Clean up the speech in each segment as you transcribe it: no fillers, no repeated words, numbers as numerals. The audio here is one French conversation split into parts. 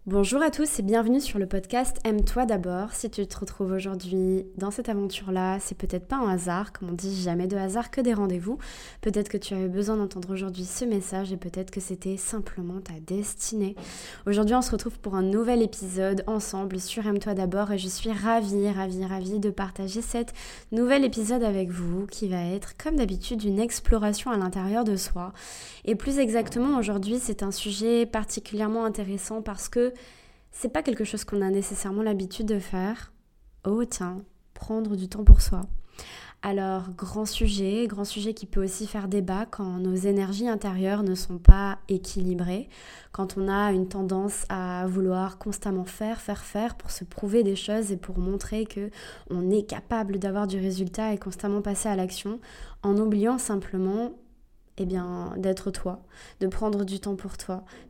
Bonjour à tous et bienvenue sur le podcast Aime-toi d'abord. Si tu te retrouves aujourd'hui dans cette aventure-là, c'est peut-être pas un hasard, comme on dit, jamais de hasard que des rendez-vous. Peut-être que tu avais besoin d'entendre aujourd'hui ce message et peut-être que c'était simplement ta destinée. Aujourd'hui, on se retrouve pour un nouvel épisode ensemble sur Aime-toi d'abord et je suis ravie de partager cet nouvel épisode avec vous qui va être, comme d'habitude, une exploration à l'intérieur de soi. Et plus exactement, aujourd'hui, c'est un sujet particulièrement intéressant parce que c'est pas quelque chose qu'on a nécessairement l'habitude de faire. Oh tiens, prendre du temps pour soi. Alors, grand sujet qui peut aussi faire débat quand nos énergies intérieures ne sont pas équilibrées, quand on a une tendance à vouloir constamment faire pour se prouver des choses et pour montrer que on est capable d'avoir du résultat et constamment passer à l'action, en oubliant simplement d'être toi, de prendre du temps pour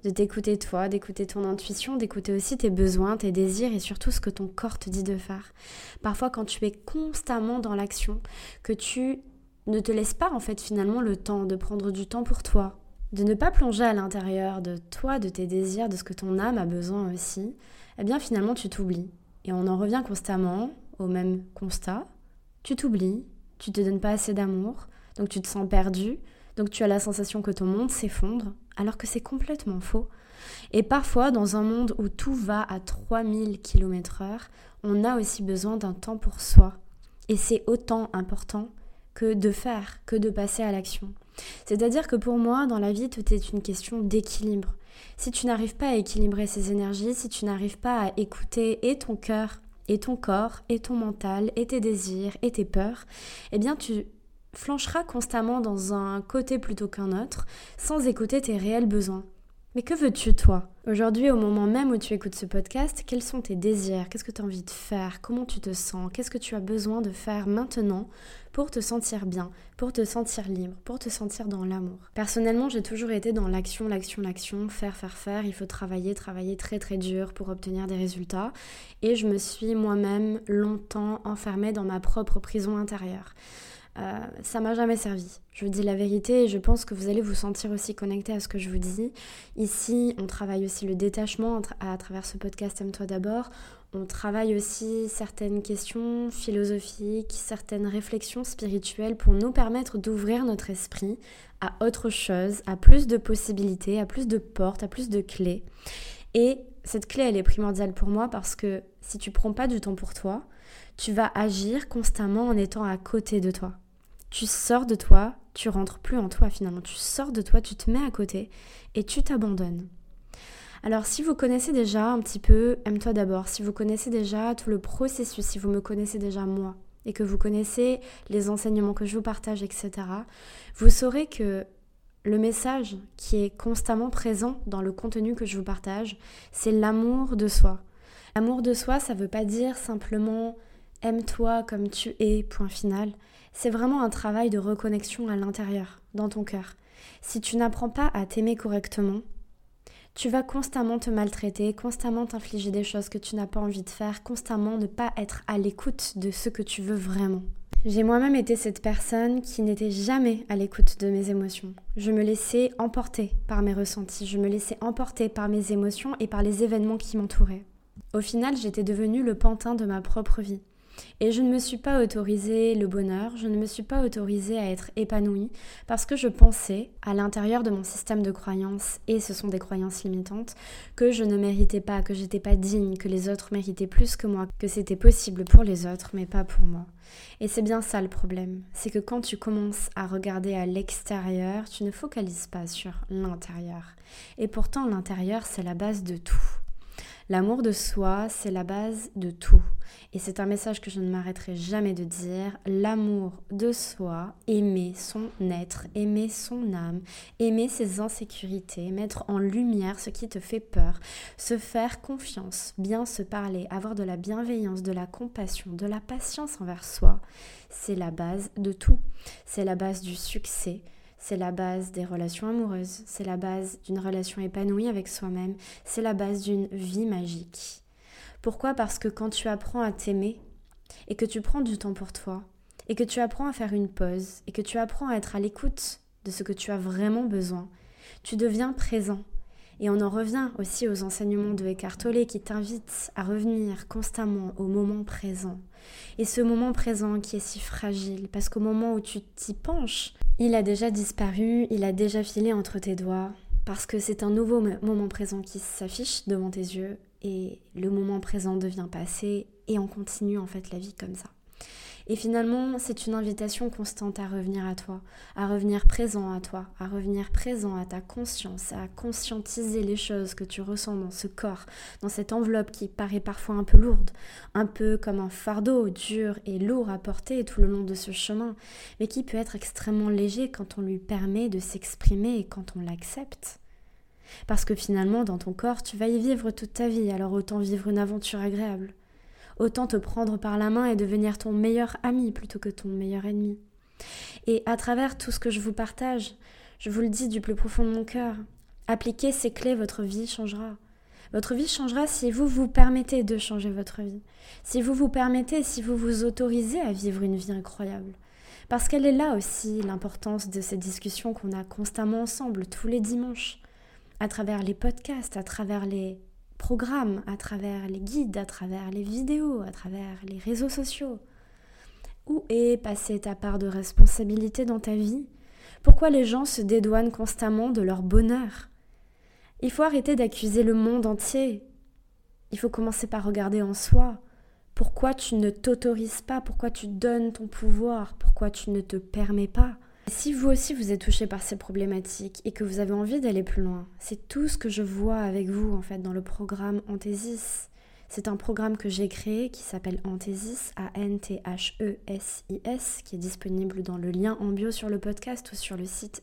toi, d'écouter ton intuition, d'écouter aussi tes besoins, tes désirs et surtout ce que ton corps te dit de faire. Parfois, quand tu es constamment dans l'action, que tu ne te laisses pas finalement le temps de prendre du temps pour toi, de ne pas plonger à l'intérieur de toi, de tes désirs, de ce que ton âme a besoin aussi, finalement tu t'oublies. Et on en revient constamment au même constat. Tu t'oublies, tu te donnes pas assez d'amour, donc tu te sens perdu. Donc tu as la sensation que ton monde s'effondre, alors que c'est complètement faux. Et parfois, dans un monde où tout va à 3000 km/h, on a aussi besoin d'un temps pour soi. Et c'est autant important que de faire, que de passer à l'action. C'est-à-dire que pour moi, dans la vie, tout est une question d'équilibre. Si tu n'arrives pas à équilibrer ces énergies, si tu n'arrives pas à écouter et ton cœur, et ton corps, et ton mental, et tes désirs, et tes peurs, tu flanchera constamment dans un côté plutôt qu'un autre, sans écouter tes réels besoins. Mais que veux-tu toi ? Aujourd'hui, au moment même où tu écoutes ce podcast, quels sont tes désirs ? Qu'est-ce que tu as envie de faire ? Comment tu te sens ? Qu'est-ce que tu as besoin de faire maintenant pour te sentir bien, pour te sentir libre, pour te sentir dans l'amour ? Personnellement, j'ai toujours été dans l'action, faire. Il faut travailler très très dur pour obtenir des résultats. Et je me suis moi-même longtemps enfermée dans ma propre prison intérieure. Ça m'a jamais servi. Je vous dis la vérité et je pense que vous allez vous sentir aussi connecté à ce que je vous dis. Ici, on travaille aussi le détachement à travers ce podcast Aime-toi d'abord. On travaille aussi certaines questions philosophiques, certaines réflexions spirituelles pour nous permettre d'ouvrir notre esprit à autre chose, à plus de possibilités, à plus de portes, à plus de clés. Et cette clé, elle est primordiale pour moi parce que si tu prends pas du temps pour toi, tu vas agir constamment en étant à côté de toi. Tu sors de toi, tu rentres plus en toi finalement. Tu sors de toi, tu te mets à côté et tu t'abandonnes. Alors si vous connaissez déjà un petit peu Aime-toi d'abord, si vous connaissez déjà tout le processus, si vous me connaissez déjà moi et que vous connaissez les enseignements que je vous partage, etc., vous saurez que le message qui est constamment présent dans le contenu que je vous partage, c'est l'amour de soi. L'amour de soi, ça ne veut pas dire simplement aime-toi comme tu es, point final. C'est vraiment un travail de reconnexion à l'intérieur, dans ton cœur. Si tu n'apprends pas à t'aimer correctement, tu vas constamment te maltraiter, constamment t'infliger des choses que tu n'as pas envie de faire, constamment ne pas être à l'écoute de ce que tu veux vraiment. J'ai moi-même été cette personne qui n'était jamais à l'écoute de mes émotions. Je me laissais emporter par mes ressentis, je me laissais emporter par mes émotions et par les événements qui m'entouraient. Au final, j'étais devenue le pantin de ma propre vie. Et je ne me suis pas autorisée le bonheur, je ne me suis pas autorisée à être épanouie parce que je pensais, à l'intérieur de mon système de croyances, et ce sont des croyances limitantes, que je ne méritais pas, que j'étais pas digne, que les autres méritaient plus que moi, que c'était possible pour les autres mais pas pour moi. Et c'est bien ça le problème, c'est que quand tu commences à regarder à l'extérieur, tu ne focalises pas sur l'intérieur. Et pourtant l'intérieur, c'est la base de tout. L'amour de soi, c'est la base de tout. Et c'est un message que je ne m'arrêterai jamais de dire. L'amour de soi, aimer son être, aimer son âme, aimer ses insécurités, mettre en lumière ce qui te fait peur, se faire confiance, bien se parler, avoir de la bienveillance, de la compassion, de la patience envers soi, c'est la base de tout. C'est la base du succès. C'est la base des relations amoureuses, c'est la base d'une relation épanouie avec soi-même, c'est la base d'une vie magique. Pourquoi ? Parce que quand tu apprends à t'aimer et que tu prends du temps pour toi et que tu apprends à faire une pause et que tu apprends à être à l'écoute de ce que tu as vraiment besoin, tu deviens présent. Et on en revient aussi aux enseignements de Eckhart Tolle qui t'invitent à revenir constamment au moment présent. Et ce moment présent qui est si fragile, parce qu'au moment où tu t'y penches, il a déjà disparu, il a déjà filé entre tes doigts, parce que c'est un nouveau moment présent qui s'affiche devant tes yeux, et le moment présent devient passé, et on continue en fait la vie comme ça. Et finalement, c'est une invitation constante à revenir à toi, à revenir présent à toi, à revenir présent à ta conscience, à conscientiser les choses que tu ressens dans ce corps, dans cette enveloppe qui paraît parfois un peu lourde, un peu comme un fardeau dur et lourd à porter tout le long de ce chemin, mais qui peut être extrêmement léger quand on lui permet de s'exprimer et quand on l'accepte. Parce que finalement, dans ton corps, tu vas y vivre toute ta vie, alors autant vivre une aventure agréable. Autant te prendre par la main et devenir ton meilleur ami plutôt que ton meilleur ennemi. Et à travers tout ce que je vous partage, je vous le dis du plus profond de mon cœur, appliquez ces clés, votre vie changera. Votre vie changera si vous vous permettez de changer votre vie. Si vous vous permettez, si vous vous autorisez à vivre une vie incroyable. Parce qu'elle est là aussi l'importance de ces discussions qu'on a constamment ensemble, tous les dimanches, à travers les podcasts, à travers les programmes, à travers les guides, à travers les vidéos, à travers les réseaux sociaux. Où est passée ta part de responsabilité dans ta vie ? Pourquoi les gens se dédouanent constamment de leur bonheur ? Il faut arrêter d'accuser le monde entier. Il faut commencer par regarder en soi. Pourquoi tu ne t'autorises pas ? Pourquoi tu donnes ton pouvoir ? Pourquoi tu ne te permets pas ? Si vous aussi vous êtes touché par ces problématiques et que vous avez envie d'aller plus loin, c'est tout ce que je vois avec vous en fait dans le programme Anthesis. C'est un programme que j'ai créé qui s'appelle Anthesis, A-N-T-H-E-S-I-S, qui est disponible dans le lien en bio sur le podcast ou sur le site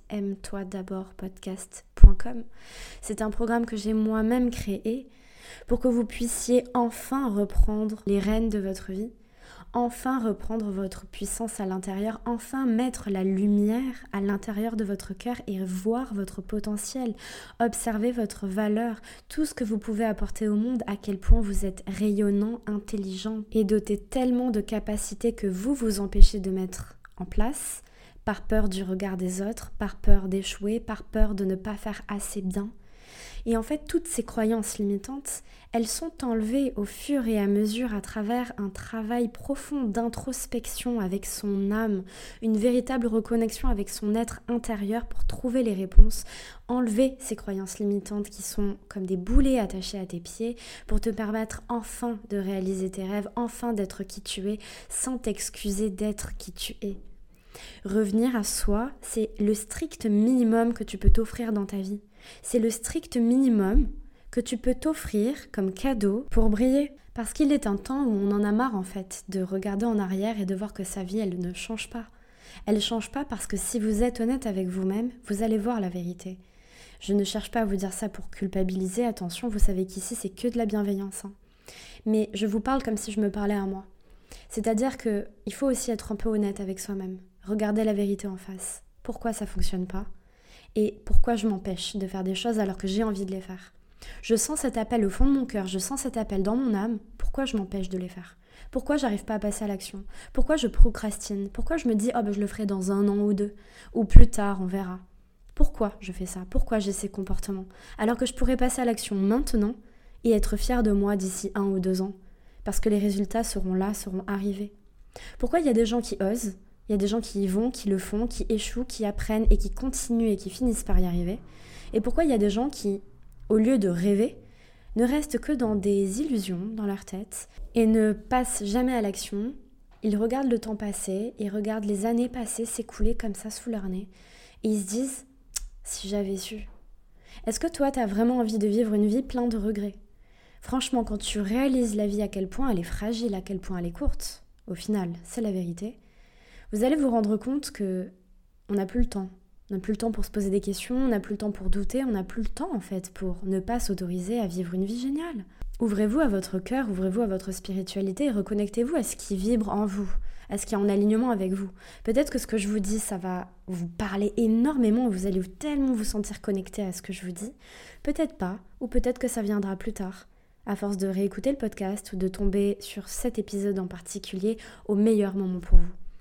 aime-toi-d'abord-podcast.com. C'est un programme que j'ai moi-même créé pour que vous puissiez enfin reprendre les rênes de votre vie, enfin reprendre votre puissance à l'intérieur, enfin mettre la lumière à l'intérieur de votre cœur et voir votre potentiel, observer votre valeur, tout ce que vous pouvez apporter au monde, à quel point vous êtes rayonnant, intelligent et doté tellement de capacités que vous vous empêchez de mettre en place, par peur du regard des autres, par peur d'échouer, par peur de ne pas faire assez bien. Et en fait, toutes ces croyances limitantes, elles sont enlevées au fur et à mesure à travers un travail profond d'introspection avec son âme, une véritable reconnexion avec son être intérieur pour trouver les réponses, enlever ces croyances limitantes qui sont comme des boulets attachés à tes pieds pour te permettre enfin de réaliser tes rêves, enfin d'être qui tu es, sans t'excuser d'être qui tu es. Revenir à soi, c'est le strict minimum que tu peux t'offrir dans ta vie. C'est le strict minimum que tu peux t'offrir comme cadeau pour briller. Parce qu'il est un temps où on en a marre en fait de regarder en arrière et de voir que sa vie, elle ne change pas. Elle ne change pas parce que si vous êtes honnête avec vous-même, vous allez voir la vérité. Je ne cherche pas à vous dire ça pour culpabiliser, attention, vous savez qu'ici c'est que de la bienveillance. Mais je vous parle comme si je me parlais à moi. C'est-à-dire qu'il faut aussi être un peu honnête avec soi-même. Regarder la vérité en face. Pourquoi ça ne fonctionne pas ? Et pourquoi je m'empêche de faire des choses alors que j'ai envie de les faire ? Je sens cet appel au fond de mon cœur, je sens cet appel dans mon âme. Pourquoi je m'empêche de les faire ? Pourquoi j'arrive pas à passer à l'action ? Pourquoi je procrastine ? Pourquoi je me dis je le ferai dans 1 an ou 2 ? Ou plus tard, on verra. Pourquoi je fais ça ? Pourquoi j'ai ces comportements ? Alors que je pourrais passer à l'action maintenant et être fière de moi d'ici 1 ou 2 ans. Parce que les résultats seront là, seront arrivés. Pourquoi il y a des gens qui osent ? Il y a des gens qui y vont, qui le font, qui échouent, qui apprennent et qui continuent et qui finissent par y arriver. Et pourquoi il y a des gens qui, au lieu de rêver, ne restent que dans des illusions dans leur tête et ne passent jamais à l'action. Ils regardent le temps passer, ils regardent les années passées s'écouler comme ça sous leur nez et ils se disent « si j'avais su ». Est-ce que toi, tu as vraiment envie de vivre une vie pleine de regrets ? Franchement, quand tu réalises la vie à quel point elle est fragile, à quel point elle est courte, au final, c'est la vérité, vous allez vous rendre compte qu'on n'a plus le temps. On n'a plus le temps pour se poser des questions, on n'a plus le temps pour douter, on n'a plus le temps en fait pour ne pas s'autoriser à vivre une vie géniale. Ouvrez-vous à votre cœur, ouvrez-vous à votre spiritualité et reconnectez-vous à ce qui vibre en vous, à ce qui est en alignement avec vous. Peut-être que ce que je vous dis, ça va vous parler énormément, vous allez tellement vous sentir connecté à ce que je vous dis. Peut-être pas, ou peut-être que ça viendra plus tard, à force de réécouter le podcast ou de tomber sur cet épisode en particulier au meilleur moment pour vous.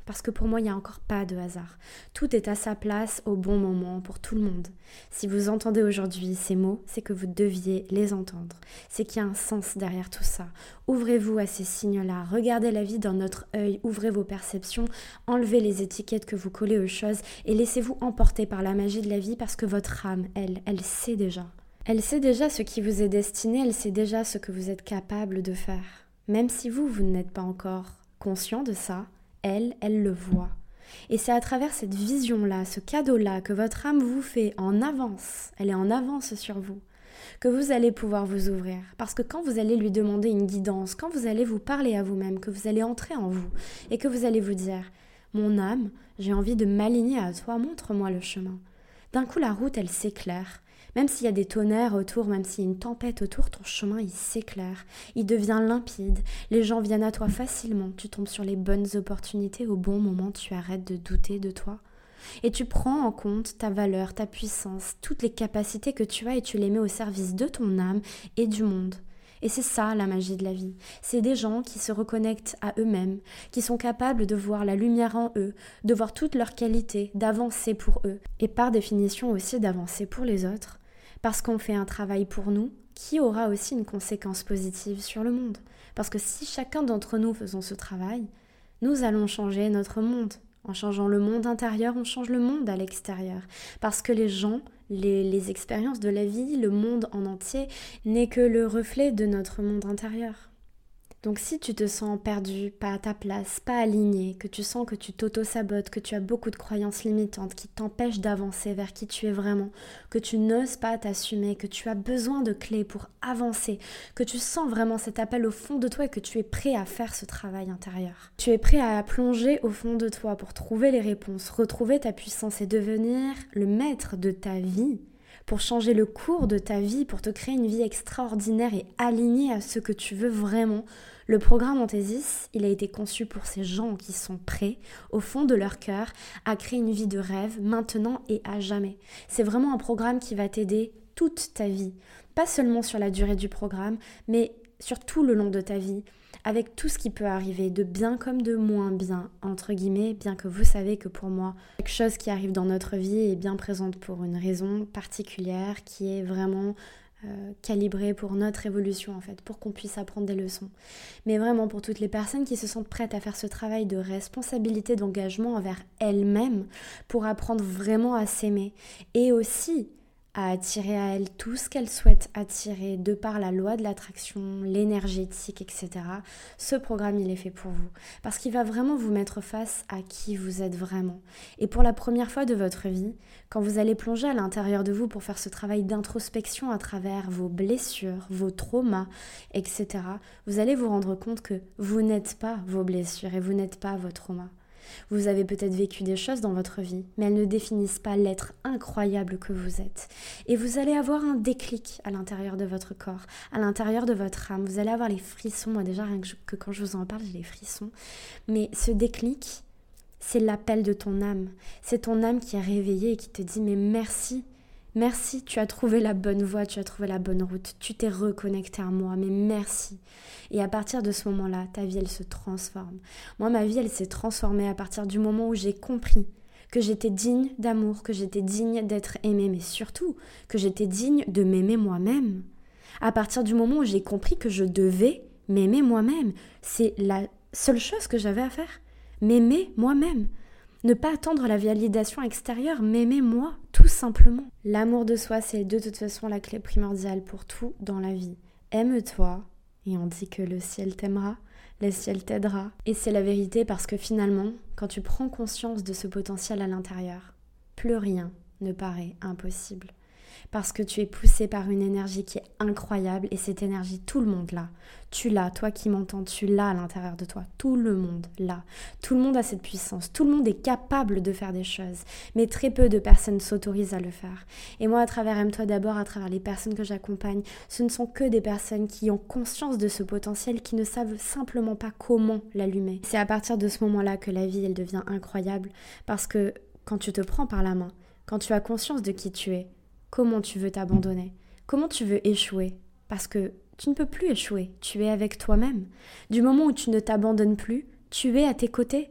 Parce que pour moi, il n'y a encore pas de hasard. Tout est à sa place au bon moment pour tout le monde. Si vous entendez aujourd'hui ces mots, c'est que vous deviez les entendre. C'est qu'il y a un sens derrière tout ça. Ouvrez-vous à ces signes-là. Regardez la vie d'un autre œil. Ouvrez vos perceptions. Enlevez les étiquettes que vous collez aux choses et laissez-vous emporter par la magie de la vie parce que votre âme, elle sait déjà. Elle sait déjà ce qui vous est destiné. Elle sait déjà ce que vous êtes capable de faire. Même si vous n'êtes pas encore conscient de ça, elle le voit. Et c'est à travers cette vision-là, ce cadeau-là que votre âme vous fait en avance, elle est en avance sur vous, que vous allez pouvoir vous ouvrir. Parce que quand vous allez lui demander une guidance, quand vous allez vous parler à vous-même, que vous allez entrer en vous et que vous allez vous dire « Mon âme, j'ai envie de m'aligner à toi, montre-moi le chemin ». D'un coup, la route, elle s'éclaire. Même s'il y a des tonnerres autour, même s'il y a une tempête autour, ton chemin, il s'éclaire, il devient limpide, les gens viennent à toi facilement, tu tombes sur les bonnes opportunités au bon moment, tu arrêtes de douter de toi. Et tu prends en compte ta valeur, ta puissance, toutes les capacités que tu as et tu les mets au service de ton âme et du monde. Et c'est ça la magie de la vie. C'est des gens qui se reconnectent à eux-mêmes, qui sont capables de voir la lumière en eux, de voir toutes leurs qualités, d'avancer pour eux. Et par définition aussi d'avancer pour les autres. Parce qu'on fait un travail pour nous qui aura aussi une conséquence positive sur le monde. Parce que si chacun d'entre nous faisons ce travail, nous allons changer notre monde. En changeant le monde intérieur, on change le monde à l'extérieur. Parce que les gens, les expériences de la vie, le monde en entier, n'est que le reflet de notre monde intérieur. Donc si tu te sens perdu, pas à ta place, pas aligné, que tu sens que tu t'auto-sabotes, que tu as beaucoup de croyances limitantes qui t'empêchent d'avancer vers qui tu es vraiment, que tu n'oses pas t'assumer, que tu as besoin de clés pour avancer, que tu sens vraiment cet appel au fond de toi et que tu es prêt à faire ce travail intérieur. Tu es prêt à plonger au fond de toi pour trouver les réponses, retrouver ta puissance et devenir le maître de ta vie, pour changer le cours de ta vie, pour te créer une vie extraordinaire et alignée à ce que tu veux vraiment. Le programme Anthesis, il a été conçu pour ces gens qui sont prêts, au fond de leur cœur, à créer une vie de rêve, maintenant et à jamais. C'est vraiment un programme qui va t'aider toute ta vie. Pas seulement sur la durée du programme, mais sur tout le long de ta vie, avec tout ce qui peut arriver, de bien comme de moins bien, entre guillemets, bien que vous savez que pour moi, quelque chose qui arrive dans notre vie est bien présente pour une raison particulière qui est vraiment calibrée pour notre évolution en fait, pour qu'on puisse apprendre des leçons. Mais vraiment pour toutes les personnes qui se sentent prêtes à faire ce travail de responsabilité, d'engagement envers elles-mêmes, pour apprendre vraiment à s'aimer et aussi à attirer à elle tout ce qu'elle souhaite attirer de par la loi de l'attraction, l'énergétique, etc. Ce programme, il est fait pour vous. Parce qu'il va vraiment vous mettre face à qui vous êtes vraiment. Et pour la première fois de votre vie, quand vous allez plonger à l'intérieur de vous pour faire ce travail d'introspection à travers vos blessures, vos traumas, etc., vous allez vous rendre compte que vous n'êtes pas vos blessures et vous n'êtes pas vos traumas. Vous avez peut-être vécu des choses dans votre vie, mais elles ne définissent pas l'être incroyable que vous êtes. Et vous allez avoir un déclic à l'intérieur de votre corps, à l'intérieur de votre âme. Vous allez avoir les frissons. Moi déjà, rien que quand je vous en parle, j'ai les frissons. Mais ce déclic, c'est l'appel de ton âme. C'est ton âme qui est réveillée et qui te dit « mais merci ». Merci, tu as trouvé la bonne voie, tu as trouvé la bonne route, tu t'es reconnecté à moi, mais merci. Et à partir de ce moment-là, ta vie, elle se transforme. Moi, ma vie, elle s'est transformée à partir du moment où j'ai compris que j'étais digne d'amour, que j'étais digne d'être aimée, mais surtout que j'étais digne de m'aimer moi-même. À partir du moment où j'ai compris que je devais m'aimer moi-même, c'est la seule chose que j'avais à faire, m'aimer moi-même. Ne pas attendre la validation extérieure, m'aimer moi, tout simplement. L'amour de soi, c'est de toute façon la clé primordiale pour tout dans la vie. Aime-toi, et on dit que le ciel t'aimera, le ciel t'aidera. Et c'est la vérité parce que finalement, quand tu prends conscience de ce potentiel à l'intérieur, plus rien ne paraît impossible. Parce que tu es poussé par une énergie qui est incroyable et cette énergie, tout le monde l'a. Tu l'as, toi qui m'entends, tu l'as à l'intérieur de toi. Tout le monde l'a. Tout le monde a cette puissance. Tout le monde est capable de faire des choses. Mais très peu de personnes s'autorisent à le faire. Et moi, à travers Aime-toi d'abord, à travers les personnes que j'accompagne, ce ne sont que des personnes qui ont conscience de ce potentiel, qui ne savent simplement pas comment l'allumer. C'est à partir de ce moment-là que la vie, elle devient incroyable. Parce que quand tu te prends par la main, quand tu as conscience de qui tu es, comment tu veux t'abandonner? Comment tu veux échouer? Parce que tu ne peux plus échouer, tu es avec toi-même. Du moment où tu ne t'abandonnes plus, tu es à tes côtés.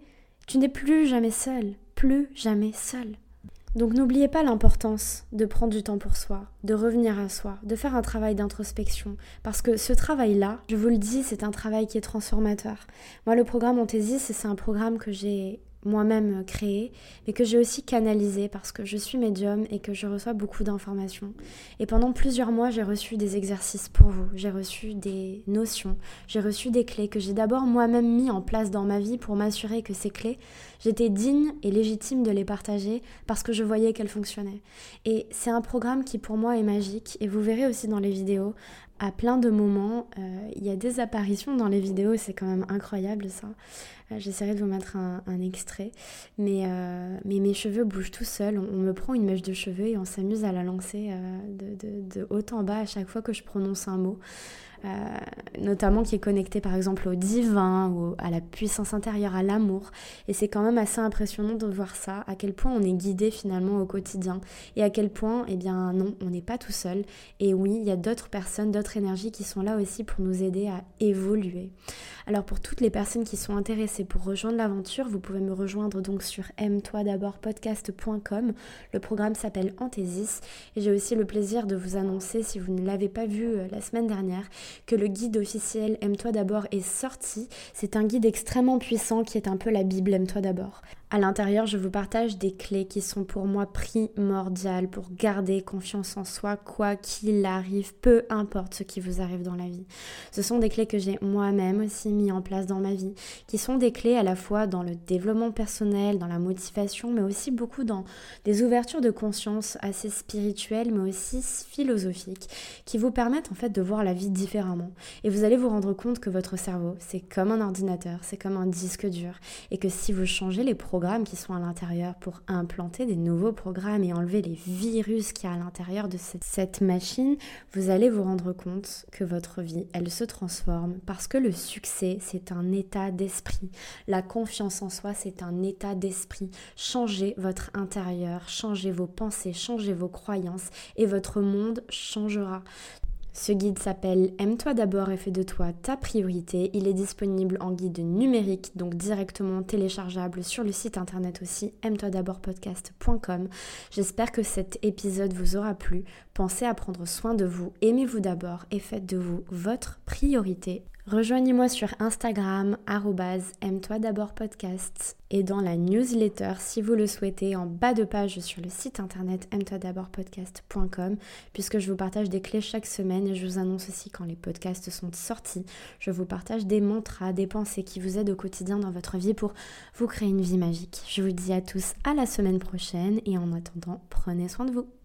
Tu n'es plus jamais seul, plus jamais seul. Donc n'oubliez pas l'importance de prendre du temps pour soi, de revenir à soi, de faire un travail d'introspection. Parce que ce travail-là, je vous le dis, c'est un travail qui est transformateur. Moi, le programme Anthésis, c'est un programme que j'ai moi-même créé, mais que j'ai aussi canalisé parce que je suis médium et que je reçois beaucoup d'informations. Et pendant plusieurs mois, j'ai reçu des exercices pour vous, j'ai reçu des notions, j'ai reçu des clés que j'ai d'abord moi-même mis en place dans ma vie pour m'assurer que ces clés, j'étais digne et légitime de les partager parce que je voyais qu'elles fonctionnaient. Et c'est un programme qui pour moi est magique et vous verrez aussi dans les vidéos, à plein de moments, il y a des apparitions dans les vidéos, c'est quand même incroyable ça. J'essaierai de vous mettre un extrait, mais mes cheveux bougent tout seuls. On me prend une mèche de cheveux et on s'amuse à la lancer de haut en bas à chaque fois que je prononce un mot. Notamment qui est connecté par exemple au divin ou à la puissance intérieure, à l'amour. Et c'est quand même assez impressionnant de voir ça, à quel point on est guidé finalement au quotidien et à quel point, eh bien non, on n'est pas tout seul. Et oui, il y a d'autres personnes, d'autres énergies qui sont là aussi pour nous aider à évoluer. Alors pour toutes les personnes qui sont intéressées pour rejoindre l'aventure, vous pouvez me rejoindre donc sur aime-toi-d'abord-podcast.com. Le programme s'appelle Anthésis et j'ai aussi le plaisir de vous annoncer, si vous ne l'avez pas vu la semaine dernière, que le guide officiel Aime-toi d'abord est sorti. C'est un guide extrêmement puissant qui est un peu la Bible Aime-toi d'abord. À l'intérieur, je vous partage des clés qui sont pour moi primordiales pour garder confiance en soi, quoi qu'il arrive, peu importe ce qui vous arrive dans la vie. Ce sont des clés que j'ai moi-même aussi mis en place dans ma vie, qui sont des clés à la fois dans le développement personnel, dans la motivation, mais aussi beaucoup dans des ouvertures de conscience assez spirituelles, mais aussi philosophiques, qui vous permettent en fait de voir la vie différemment. Et vous allez vous rendre compte que votre cerveau, c'est comme un ordinateur, c'est comme un disque dur, et que si vous changez les programmes qui sont à l'intérieur pour implanter des nouveaux programmes et enlever les virus qu'il y a à l'intérieur de cette machine, vous allez vous rendre compte que votre vie, elle se transforme parce que le succès, c'est un état d'esprit. La confiance en soi, c'est un état d'esprit. Changez votre intérieur, changez vos pensées, changez vos croyances et votre monde changera. Ce guide s'appelle Aime-toi d'abord et fais de toi ta priorité. Il est disponible en guide numérique, donc directement téléchargeable sur le site internet aussi, aime-toi-d'abord-podcast.com. J'espère que cet épisode vous aura plu. Pensez à prendre soin de vous, aimez-vous d'abord et faites de vous votre priorité. Rejoignez-moi sur Instagram, @aime-toi-d'abord-podcast et dans la newsletter si vous le souhaitez en bas de page sur le site internet aime-toi-d'abord-podcast.com puisque je vous partage des clés chaque semaine et je vous annonce aussi quand les podcasts sont sortis. Je vous partage des mantras, des pensées qui vous aident au quotidien dans votre vie pour vous créer une vie magique. Je vous dis à tous à la semaine prochaine et en attendant, prenez soin de vous.